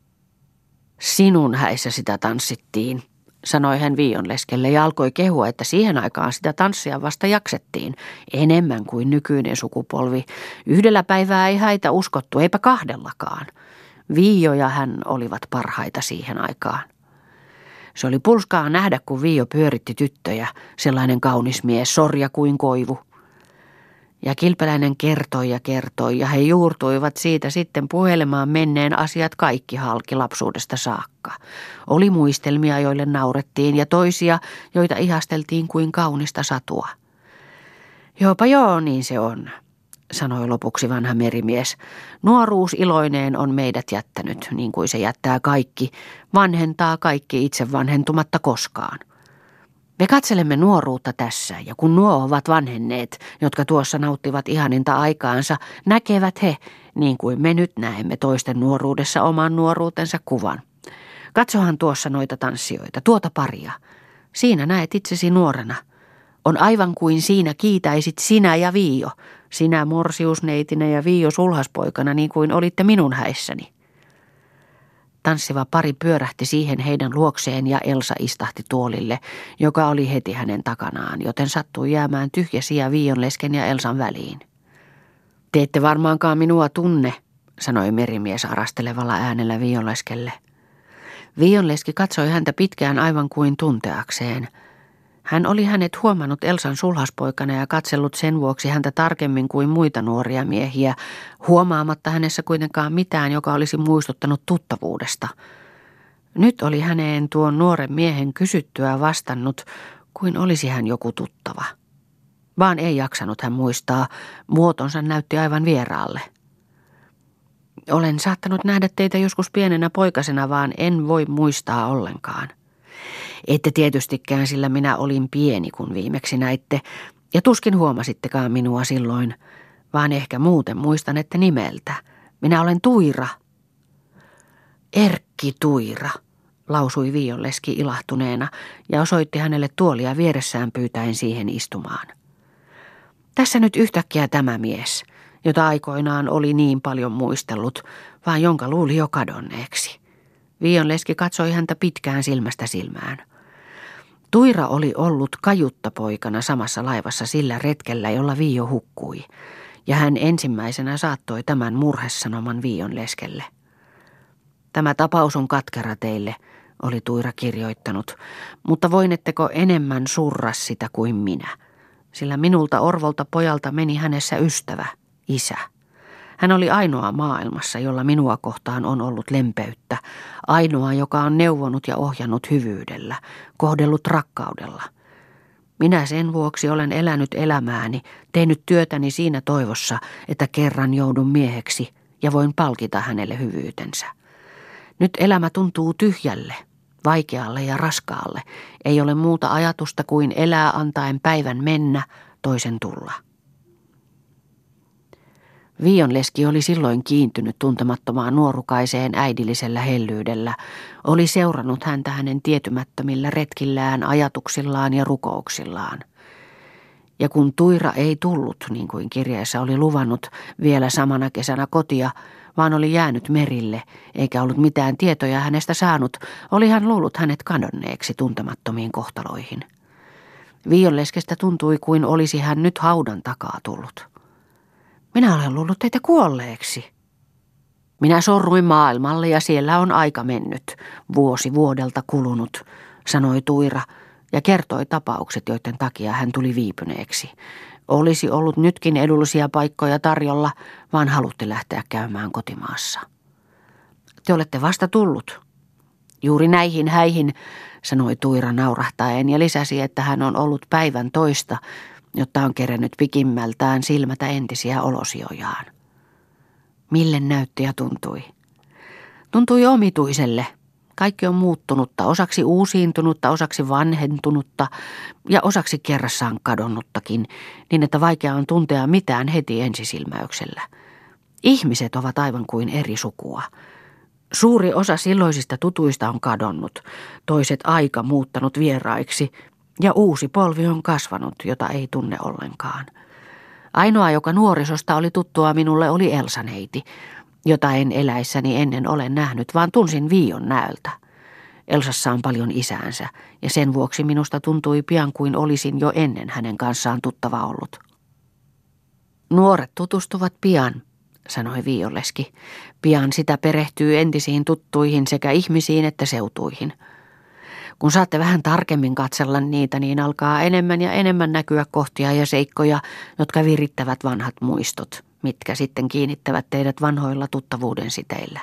Sinun häissä sitä tanssittiin, sanoi hän Viionleskelle ja alkoi kehua, että siihen aikaan sitä tanssia vasta jaksettiin, enemmän kuin nykyinen sukupolvi. Yhdellä päivää ei häitä uskottu, eipä kahdellakaan. Viio ja hän olivat parhaita siihen aikaan. Se oli pulskaa nähdä, kun Viio pyöritti tyttöjä, sellainen kaunis mies, sorja kuin koivu. Ja Kilpeläinen kertoi ja kertoi, ja he juurtuivat siitä sitten puhelemaan menneen asiat kaikki halki lapsuudesta saakka. Oli muistelmia, joille naurettiin, ja toisia, joita ihasteltiin kuin kaunista satua. Joopa joo, niin se on, sanoi lopuksi vanha merimies. Nuoruus iloineen on meidät jättänyt, niin kuin se jättää kaikki, vanhentaa kaikki itse vanhentumatta koskaan. Me katselemme nuoruutta tässä, ja kun nuo ovat vanhenneet, jotka tuossa nauttivat ihaninta aikaansa, näkevät he, niin kuin me nyt näemme toisten nuoruudessa oman nuoruutensa kuvan. Katsohan tuossa noita tanssijoita, tuota paria. Siinä näet itsesi nuorena. On aivan kuin siinä kiitäisit sinä ja Viio, sinä morsiusneitinä ja Viio sulhaspoikana, niin kuin olitte minun häissäni. Tanssiva pari pyörähti siihen heidän luokseen ja Elsa istahti tuolille, joka oli heti hänen takanaan, joten sattui jäämään tyhjä sija Viionlesken ja Elsan väliin. Te ette varmaankaan minua tunne, sanoi merimies arastelevalla äänellä Viionleskelle. Viionleski katsoi häntä pitkään aivan kuin tunteakseen. Hän oli hänet huomannut Elsan sulhaspoikana ja katsellut sen vuoksi häntä tarkemmin kuin muita nuoria miehiä, huomaamatta hänessä kuitenkaan mitään, joka olisi muistuttanut tuttavuudesta. Nyt oli häneen tuon nuoren miehen kysyttyä vastannut, kuin olisi hän joku tuttava. Vaan ei jaksanut hän muistaa, muotonsa näytti aivan vieraalle. Olen saattanut nähdä teitä joskus pienenä poikasena, vaan en voi muistaa ollenkaan. Ette tietystikään, sillä minä olin pieni, kun viimeksi näitte, ja tuskin huomasittekaan minua silloin, vaan ehkä muuten muistan, että nimeltä. Minä olen Tuira. Erkki Tuira, lausui Viionleski ilahtuneena ja osoitti hänelle tuolia vieressään pyytäen siihen istumaan. Tässä nyt yhtäkkiä tämä mies, jota aikoinaan oli niin paljon muistellut, vaan jonka luuli jo kadonneeksi. Viionleski katsoi häntä pitkään silmästä silmään. Tuira oli ollut kajuttapoikana samassa laivassa sillä retkellä, jolla Viio hukkui, ja hän ensimmäisenä saattoi tämän murhesanoman Viionleskelle. Tämä tapaus on katkera teille, oli Tuira kirjoittanut, mutta voinetteko enemmän surra sitä kuin minä, sillä minulta orvolta pojalta meni hänessä ystävä, isä. Hän oli ainoa maailmassa, jolla minua kohtaan on ollut lempeyttä, ainoa, joka on neuvonut ja ohjannut hyvyydellä, kohdellut rakkaudella. Minä sen vuoksi olen elänyt elämääni, tehnyt työtäni siinä toivossa, että kerran joudun mieheksi ja voin palkita hänelle hyvyytensä. Nyt elämä tuntuu tyhjälle, vaikealle ja raskaalle, ei ole muuta ajatusta kuin elää antaen päivän mennä, toisen tulla. Viionleski oli silloin kiintynyt tuntemattomaan nuorukaiseen äidillisellä hellyydellä, oli seurannut häntä hänen tietymättömillä retkillään, ajatuksillaan ja rukouksillaan. Ja kun Tuira ei tullut, niin kuin kirjeessä oli luvannut, vielä samana kesänä kotia, vaan oli jäänyt merille, eikä ollut mitään tietoja hänestä saanut, oli hän luullut hänet kadonneeksi tuntemattomiin kohtaloihin. Viionleskestä tuntui kuin olisi hän nyt haudan takaa tullut. Minä olen luullut teitä kuolleeksi. Minä sorruin maailmalle ja siellä on aika mennyt, vuosi vuodelta kulunut, sanoi Tuira ja kertoi tapaukset, joiden takia hän tuli viipyneeksi. Olisi ollut nytkin edullisia paikkoja tarjolla, vaan halutti lähteä käymään kotimaassa. Te olette vasta tullut. Juuri näihin häihin, sanoi Tuira naurahtaen ja lisäsi, että hän on ollut päivän toista, jotta on kerännyt pikimmältään silmätä entisiä olosiojaan. Mille näytti ja tuntui? Tuntui omituiselle. Kaikki on muuttunutta, osaksi uusiintunutta, osaksi vanhentunutta ja osaksi kerrassaan kadonnuttakin, niin että vaikea on tuntea mitään heti ensisilmäyksellä. Ihmiset ovat aivan kuin eri sukua. Suuri osa silloisista tutuista on kadonnut, toiset aika muuttanut vieraiksi, ja uusi polvi on kasvanut, jota ei tunne ollenkaan. Ainoa, joka nuorisosta oli tuttua minulle, oli Elsaneiti, jota en eläissäni ennen ole nähnyt, vaan tunsin Viion näöltä. Elsassa on paljon isäänsä, ja sen vuoksi minusta tuntui pian kuin olisin jo ennen hänen kanssaan tuttava ollut. Nuoret tutustuvat pian, sanoi Viionleski. Pian sitä perehtyy entisiin tuttuihin sekä ihmisiin että seutuihin. Kun saatte vähän tarkemmin katsella niitä, niin alkaa enemmän ja enemmän näkyä kohtia ja seikkoja, jotka virittävät vanhat muistot, mitkä sitten kiinnittävät teidät vanhoilla tuttavuuden siteillä.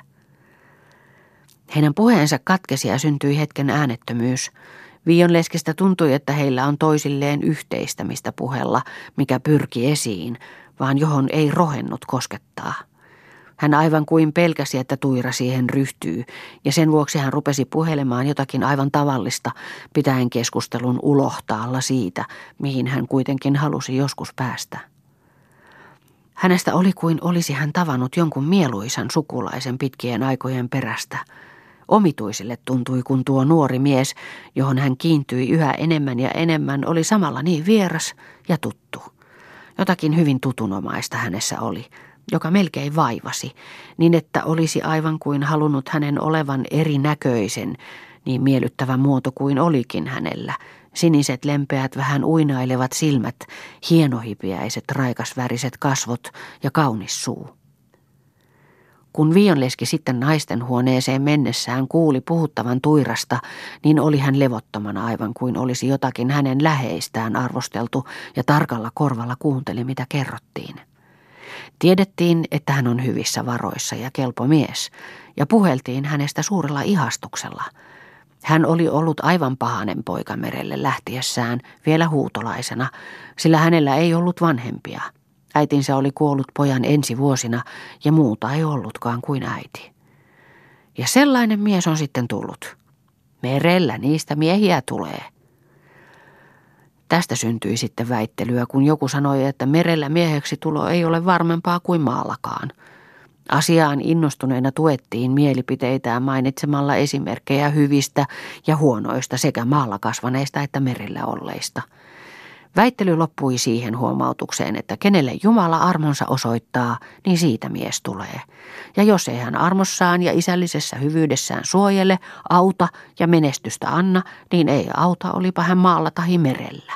Heidän puheensa katkesi ja syntyi hetken äänettömyys. Viionleskistä tuntui, että heillä on toisilleen yhteistä, mistä puhella, mikä pyrki esiin, vaan johon ei rohennut koskettaa. Hän aivan kuin pelkäsi, että Tuira siihen ryhtyy, ja sen vuoksi hän rupesi puhelemaan jotakin aivan tavallista, pitäen keskustelun ulohtaalla siitä, mihin hän kuitenkin halusi joskus päästä. Hänestä oli kuin olisi hän tavannut jonkun mieluisan sukulaisen pitkien aikojen perästä. Omituiselle tuntui, kun tuo nuori mies, johon hän kiintyi yhä enemmän ja enemmän, oli samalla niin vieras ja tuttu. Jotakin hyvin tutunomaista hänessä oli, joka melkein vaivasi, niin että olisi aivan kuin halunnut hänen olevan erinäköisen, niin miellyttävä muoto kuin olikin hänellä. Siniset, lempeät, vähän uinailevat silmät, hienohipiäiset, raikasväriset kasvot ja kaunis suu. Kun Viionleski sitten naisten huoneeseen mennessään kuuli puhuttavan Tuirasta, niin oli hän levottomana aivan kuin olisi jotakin hänen läheistään arvosteltu ja tarkalla korvalla kuunteli, mitä kerrottiin. Tiedettiin, että hän on hyvissä varoissa ja kelpo mies, ja puheltiin hänestä suurella ihastuksella. Hän oli ollut aivan pahainen poika merelle lähtiessään, vielä huutolaisena, sillä hänellä ei ollut vanhempia. Äitinsä oli kuollut pojan ensi vuosina ja muuta ei ollutkaan kuin äiti. Ja sellainen mies on sitten tullut. Merellä niistä miehiä tulee. Tästä syntyi sitten väittelyä, kun joku sanoi, että merellä mieheksi tulo ei ole varmempaa kuin maallakaan. Asiaan innostuneena tuettiin mielipiteitään mainitsemalla esimerkkejä hyvistä ja huonoista sekä maalla kasvaneista että merellä olleista. Väittely loppui siihen huomautukseen, että kenelle Jumala armonsa osoittaa, niin siitä mies tulee. Ja jos ei hän armossaan ja isällisessä hyvyydessään suojele, auta ja menestystä anna, niin ei auta, olipa hän maalla tahi merellä.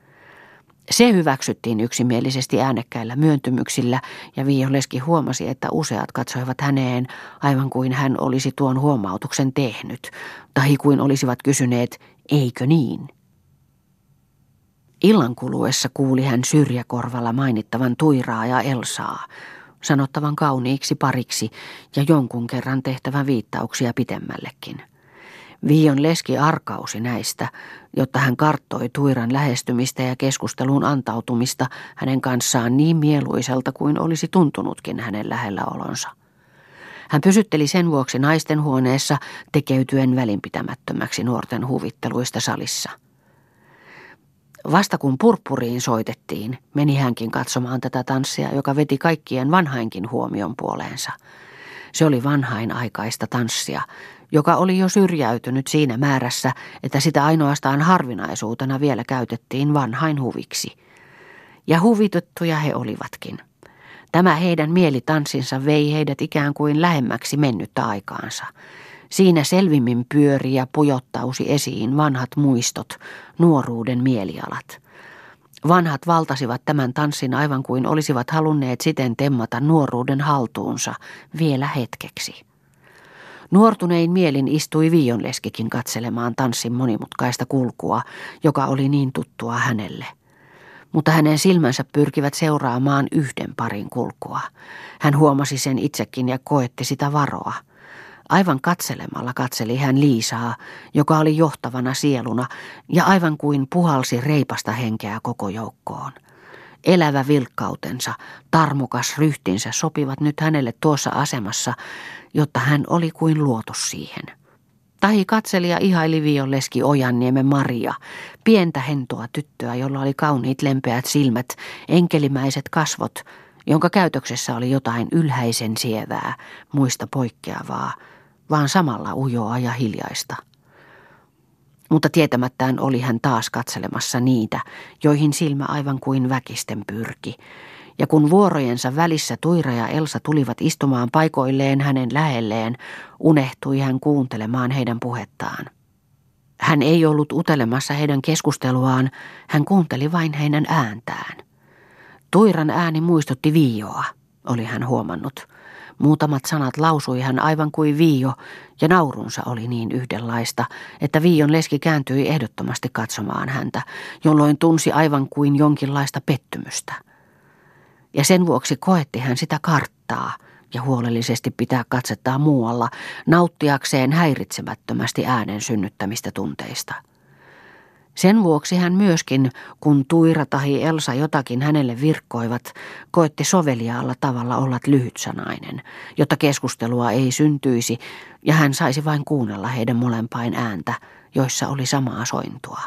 Se hyväksyttiin yksimielisesti äänekkäillä myöntymyksillä, ja Viionleski huomasi, että useat katsoivat häneen aivan kuin hän olisi tuon huomautuksen tehnyt, tahi kuin olisivat kysyneet, eikö niin? Illan kuluessa kuuli hän syrjäkorvalla mainittavan Tuiraa ja Elsaa, sanottavan kauniiksi pariksi ja jonkun kerran tehtävän viittauksia pitemmällekin. Viionleski arkausi näistä, jotta hän karttoi Tuiran lähestymistä ja keskusteluun antautumista hänen kanssaan niin mieluiselta kuin olisi tuntunutkin hänen lähelläolonsa. Hän pysytteli sen vuoksi naisten huoneessa tekeytyen välinpitämättömäksi nuorten huvitteluista salissa. Vasta kun purppuriin soitettiin, meni hänkin katsomaan tätä tanssia, joka veti kaikkien vanhainkin huomion puoleensa. Se oli vanhain aikaista tanssia, joka oli jo syrjäytynyt siinä määrässä, että sitä ainoastaan harvinaisuutena vielä käytettiin vanhain huviksi. Ja huvitettuja he olivatkin. Tämä heidän mielitanssinsa vei heidät ikään kuin lähemmäksi mennyttä aikaansa. Siinä selvimmin pyöri ja pujottausi esiin vanhat muistot, nuoruuden mielialat. Vanhat valtasivat tämän tanssin aivan kuin olisivat halunneet siten temmata nuoruuden haltuunsa vielä hetkeksi. Nuortunein mielin istui Viionleskikin katselemaan tanssin monimutkaista kulkua, joka oli niin tuttua hänelle. Mutta hänen silmänsä pyrkivät seuraamaan yhden parin kulkua. Hän huomasi sen itsekin ja koetti sitä varoa. Aivan katselemalla katseli hän Liisaa, joka oli johtavana sieluna, ja aivan kuin puhalsi reipasta henkeä koko joukkoon. Elävä vilkkautensa, tarmokas ryhtinsä sopivat nyt hänelle tuossa asemassa, jotta hän oli kuin luotu siihen. Tahi katselija ihaili Viionleski Ojanniemen Maria, pientä hentoa tyttöä, jolla oli kauniit lempeät silmät, enkelimäiset kasvot, jonka käytöksessä oli jotain ylhäisen sievää, muista poikkeavaa, vaan samalla ujoa ja hiljaista. Mutta tietämättään oli hän taas katselemassa niitä, joihin silmä aivan kuin väkisten pyrki, ja kun vuorojensa välissä Tuira ja Elsa tulivat istumaan paikoilleen hänen lähelleen, unehtui hän kuuntelemaan heidän puhettaan. Hän ei ollut utelemassa heidän keskusteluaan, hän kuunteli vain heidän ääntään. Tuiran ääni muistutti Viioa, oli hän huomannut. Muutamat sanat lausui hän aivan kuin Viio, ja naurunsa oli niin yhdenlaista, että Viion leski kääntyi ehdottomasti katsomaan häntä, jolloin tunsi aivan kuin jonkinlaista pettymystä. Ja sen vuoksi koetti hän sitä karttaa ja huolellisesti pitää katsettaa muualla, nauttiakseen häiritsemättömästi äänen synnyttämistä tunteista. Sen vuoksi hän myöskin, kun Tuira tahi Elsa jotakin hänelle virkkoivat, koetti soveliaalla tavalla olla lyhytsanainen, jotta keskustelua ei syntyisi ja hän saisi vain kuunnella heidän molempain ääntä, joissa oli samaa sointua.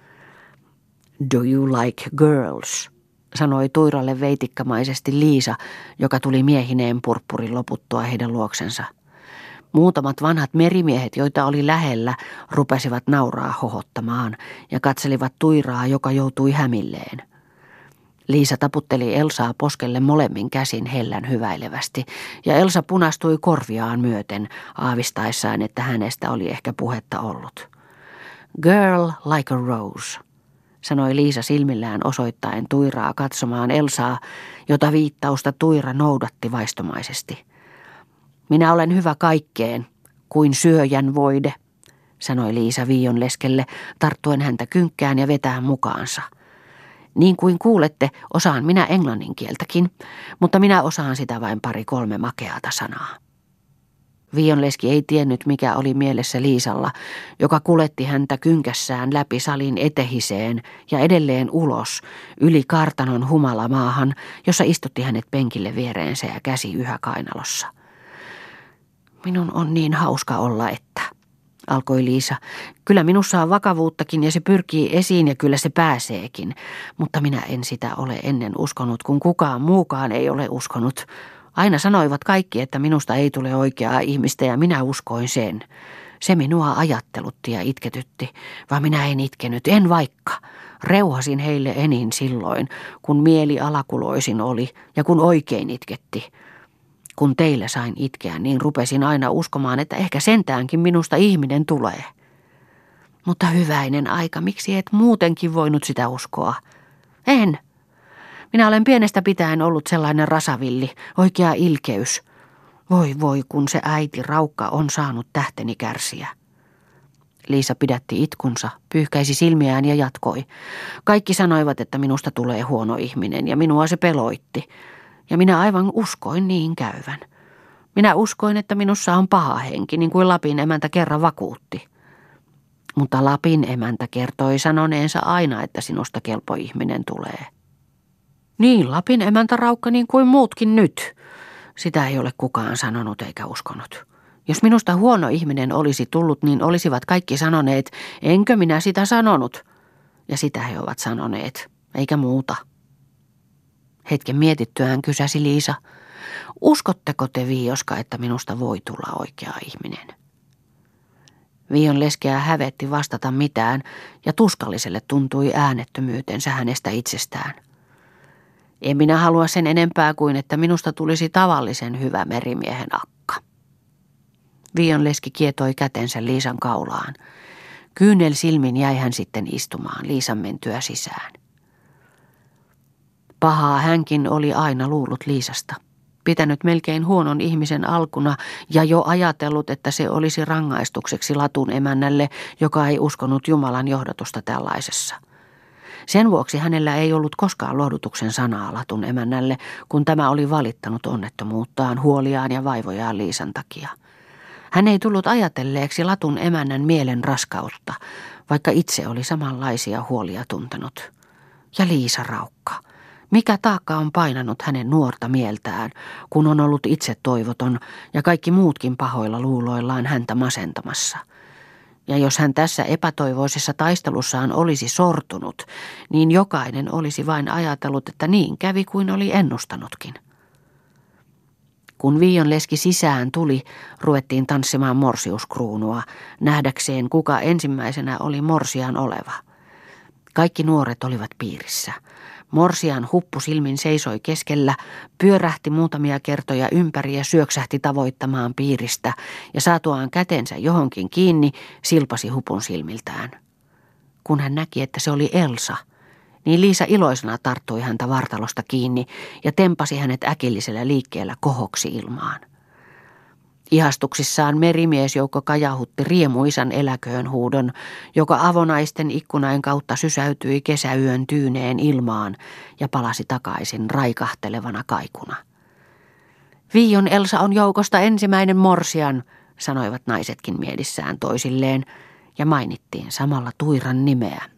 "Do you like girls?" sanoi Tuiralle veitikkamaisesti Liisa, joka tuli miehineen purppurin loputtua heidän luoksensa. Muutamat vanhat merimiehet, joita oli lähellä, rupesivat nauraa hohottamaan ja katselivat Tuiraa, joka joutui hämilleen. Liisa taputteli Elsaa poskelle molemmin käsin hellän hyväilevästi, ja Elsa punastui korviaan myöten, aavistaessaan, että hänestä oli ehkä puhetta ollut. "Girl like a rose", sanoi Liisa silmillään osoittaen Tuiraa katsomaan Elsaa, jota viittausta Tuira noudatti vaistomaisesti. "Minä olen hyvä kaikkeen, kuin syöjän voide", sanoi Liisa Viion leskelle, tarttuen häntä kynkkään ja vetäen mukaansa. "Niin kuin kuulette, osaan minä englannin kieltäkin, mutta minä osaan sitä vain pari kolme makeata sanaa." Viion leski ei tiennyt, mikä oli mielessä Liisalla, joka kuletti häntä kynkässään läpi salin etehiseen ja edelleen ulos, yli kartanon humalamaahan, jossa istutti hänet penkille viereensä ja käsi yhä kainalossa. "Minun on niin hauska olla, että", alkoi Liisa. "Kyllä minussa on vakavuuttakin ja se pyrkii esiin ja kyllä se pääseekin, mutta minä en sitä ole ennen uskonut, kun kukaan muukaan ei ole uskonut. Aina sanoivat kaikki, että minusta ei tule oikeaa ihmistä ja minä uskoin sen. Se minua ajattelutti ja itketytti, vaan minä en itkenyt, en vaikka. Reuhasin heille enin silloin, kun mieli alakuloisin oli ja kun oikein itketti. Kun teille sain itkeä, niin rupesin aina uskomaan, että ehkä sentäänkin minusta ihminen tulee. Mutta hyväinen aika, miksi et muutenkin voinut sitä uskoa? En. Minä olen pienestä pitäen ollut sellainen rasavilli, oikea ilkeys. Voi voi, kun se äiti Raukka on saanut tähteni kärsiä." Liisa pidätti itkunsa, pyyhkäisi silmiään ja jatkoi. "Kaikki sanoivat, että minusta tulee huono ihminen ja minua se peloitti. Ja minä aivan uskoin niin käyvän. Minä uskoin, että minussa on paha henki, niin kuin Lapin emäntä kerran vakuutti. Mutta Lapin emäntä kertoi sanoneensa aina, että sinusta kelpo ihminen tulee." "Niin, Lapin emäntä Raukka niin kuin muutkin nyt. Sitä ei ole kukaan sanonut eikä uskonut. Jos minusta huono ihminen olisi tullut, niin olisivat kaikki sanoneet, enkö minä sitä sanonut. Ja sitä he ovat sanoneet, eikä muuta." Hetken mietittyään kysäsi Liisa, "Uskotteko te, Viioska, että minusta voi tulla oikea ihminen?" Viion leskeä hävetti vastata mitään, ja tuskalliselle tuntui äänettömyytensä hänestä itsestään. "En minä halua sen enempää kuin, että minusta tulisi tavallisen hyvä merimiehen akka." Viion leski kietoi kätensä Liisan kaulaan. Kyynel silmin jäi hän sitten istumaan Liisan mentyä sisään. Pahaa hänkin oli aina luullut Liisasta, pitänyt melkein huonon ihmisen alkuna ja jo ajatellut, että se olisi rangaistukseksi Latun emännälle, joka ei uskonut Jumalan johdatusta tällaisessa. Sen vuoksi hänellä ei ollut koskaan lohdutuksen sanaa Latun emännälle, kun tämä oli valittanut onnettomuuttaan, huoliaan ja vaivojaan Liisan takia. Hän ei tullut ajatelleeksi Latun emännän mielen raskautta, vaikka itse oli samanlaisia huolia tuntenut. Ja Liisa Raukka. Mikä taakka on painanut hänen nuorta mieltään, kun on ollut itse toivoton ja kaikki muutkin pahoilla luuloillaan häntä masentamassa. Ja jos hän tässä epätoivoisessa taistelussaan olisi sortunut, niin jokainen olisi vain ajatellut, että niin kävi kuin oli ennustanutkin. Kun Viion leski sisään tuli, ruvettiin tanssimaan morsiuskruunua, nähdäkseen kuka ensimmäisenä oli morsian oleva. Kaikki nuoret olivat piirissä. Morsian huppusilmin seisoi keskellä, pyörähti muutamia kertoja ympäri ja syöksähti tavoittamaan piiristä ja saatuaan kätensä johonkin kiinni, silpasi hupun silmiltään. Kun hän näki, että se oli Elsa, niin Liisa iloisena tarttui häntä vartalosta kiinni ja tempasi hänet äkillisellä liikkeellä kohoksi ilmaan. Ihastuksissaan merimiesjoukko kajahutti riemuisan eläköön huudon, joka avonaisten ikkunain kautta sysäytyi kesäyön tyyneen ilmaan ja palasi takaisin raikahtelevana kaikuna. Viion Elsa on joukosta ensimmäinen morsian, sanoivat naisetkin mielissään toisilleen, ja mainittiin samalla Tuiran nimeä.